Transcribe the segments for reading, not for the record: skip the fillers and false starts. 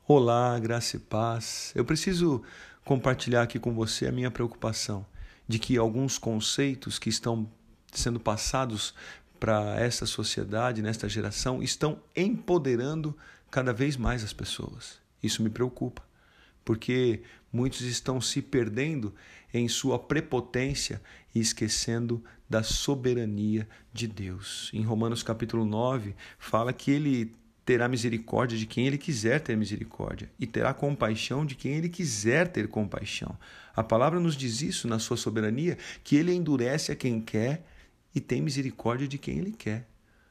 Olá, graça e paz. Eu preciso compartilhar aqui com você a minha preocupação de que alguns conceitos que estão sendo passados para essa sociedade, nesta geração, estão empoderando cada vez mais as pessoas. Isso me preocupa, porque muitos estão se perdendo em sua prepotência e esquecendo da soberania de Deus. Em Romanos capítulo 9, fala que ele terá misericórdia de quem ele quiser ter misericórdia e terá compaixão de quem ele quiser ter compaixão. A palavra nos diz isso na sua soberania, que ele endurece a quem quer e tem misericórdia de quem ele quer.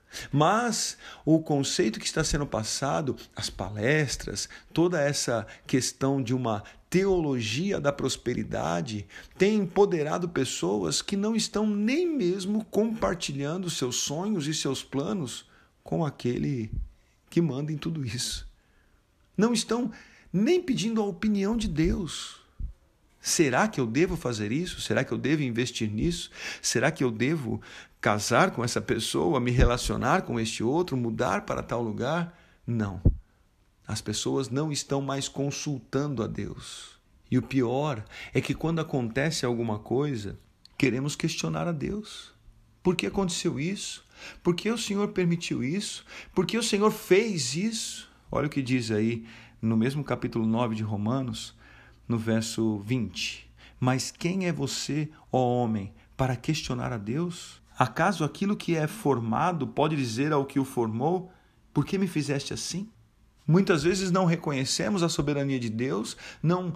Mas o conceito que está sendo passado, as palestras, toda essa questão de uma teologia da prosperidade tem empoderado pessoas que não estão nem mesmo compartilhando seus sonhos e seus planos com aquele que manda em tudo isso. Não estão nem pedindo a opinião de Deus. Será que eu devo fazer isso? Será que eu devo investir nisso? Será que eu devo casar com essa pessoa, me relacionar com este outro, mudar para tal lugar? Não. As pessoas não estão mais consultando a Deus. E o pior é que quando acontece alguma coisa, queremos questionar a Deus. Por que aconteceu isso? Por que o Senhor permitiu isso? Por que o Senhor fez isso? Olha o que diz aí no mesmo capítulo 9 de Romanos, no verso 20. Mas quem é você, ó homem, para questionar a Deus? Acaso aquilo que é formado pode dizer ao que o formou, por que me fizeste assim? Muitas vezes não reconhecemos a soberania de Deus, não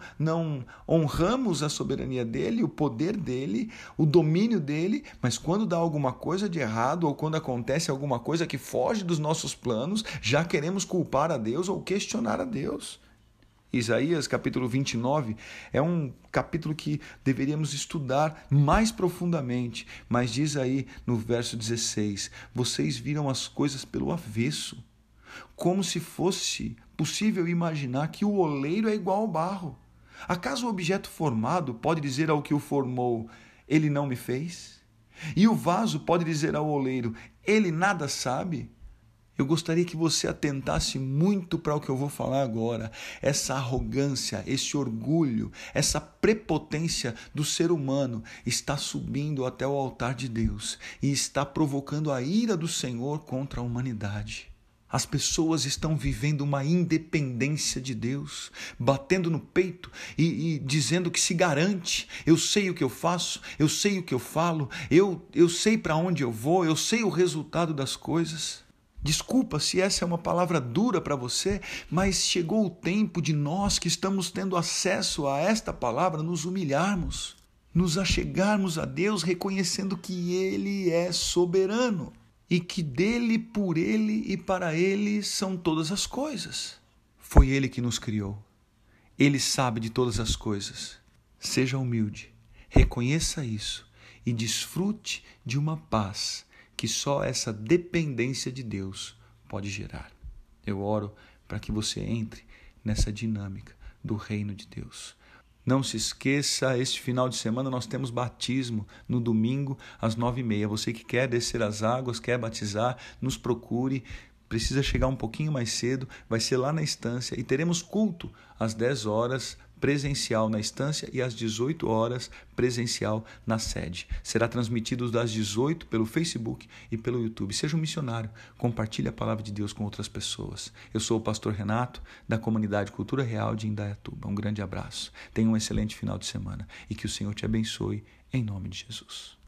honramos a soberania dele, o poder dele, o domínio dele, mas quando dá alguma coisa de errado ou quando acontece alguma coisa que foge dos nossos planos, já queremos culpar a Deus ou questionar a Deus. Isaías capítulo 29 é um capítulo que deveríamos estudar mais profundamente, mas diz aí no verso 16, vocês viram as coisas pelo avesso, como se fosse possível imaginar que o oleiro é igual ao barro. Acaso o objeto formado pode dizer ao que o formou, ele não me fez? E o vaso pode dizer ao oleiro, ele nada sabe? Eu gostaria que você atentasse muito para o que eu vou falar agora. Essa arrogância, esse orgulho, essa prepotência do ser humano está subindo até o altar de Deus e está provocando a ira do Senhor contra a humanidade. As pessoas estão vivendo uma independência de Deus, batendo no peito e dizendo que se garante. Eu sei o que eu faço, eu sei o que eu falo, eu sei para onde eu vou, eu sei o resultado das coisas. Desculpa se essa é uma palavra dura para você, mas chegou o tempo de nós que estamos tendo acesso a esta palavra nos humilharmos, nos achegarmos a Deus reconhecendo que Ele é soberano e que dele, por Ele e para Ele são todas as coisas. Foi Ele que nos criou. Ele sabe de todas as coisas. Seja humilde, reconheça isso e desfrute de uma paz que só essa dependência de Deus pode gerar. Eu oro para que você entre nessa dinâmica do reino de Deus. Não se esqueça, este final de semana nós temos batismo no domingo às 9h30. Você que quer descer as águas, quer batizar, nos procure. Precisa chegar um pouquinho mais cedo, vai ser lá na estância e teremos culto às 10 horas presencial na estância e às 18 horas presencial na sede. Será transmitido das 18 pelo Facebook e pelo YouTube. Seja um missionário, compartilhe a palavra de Deus com outras pessoas. Eu sou o pastor Renato, da comunidade Cultura Real de Indaiatuba. Um grande abraço. Tenha um excelente final de semana e que o Senhor te abençoe em nome de Jesus.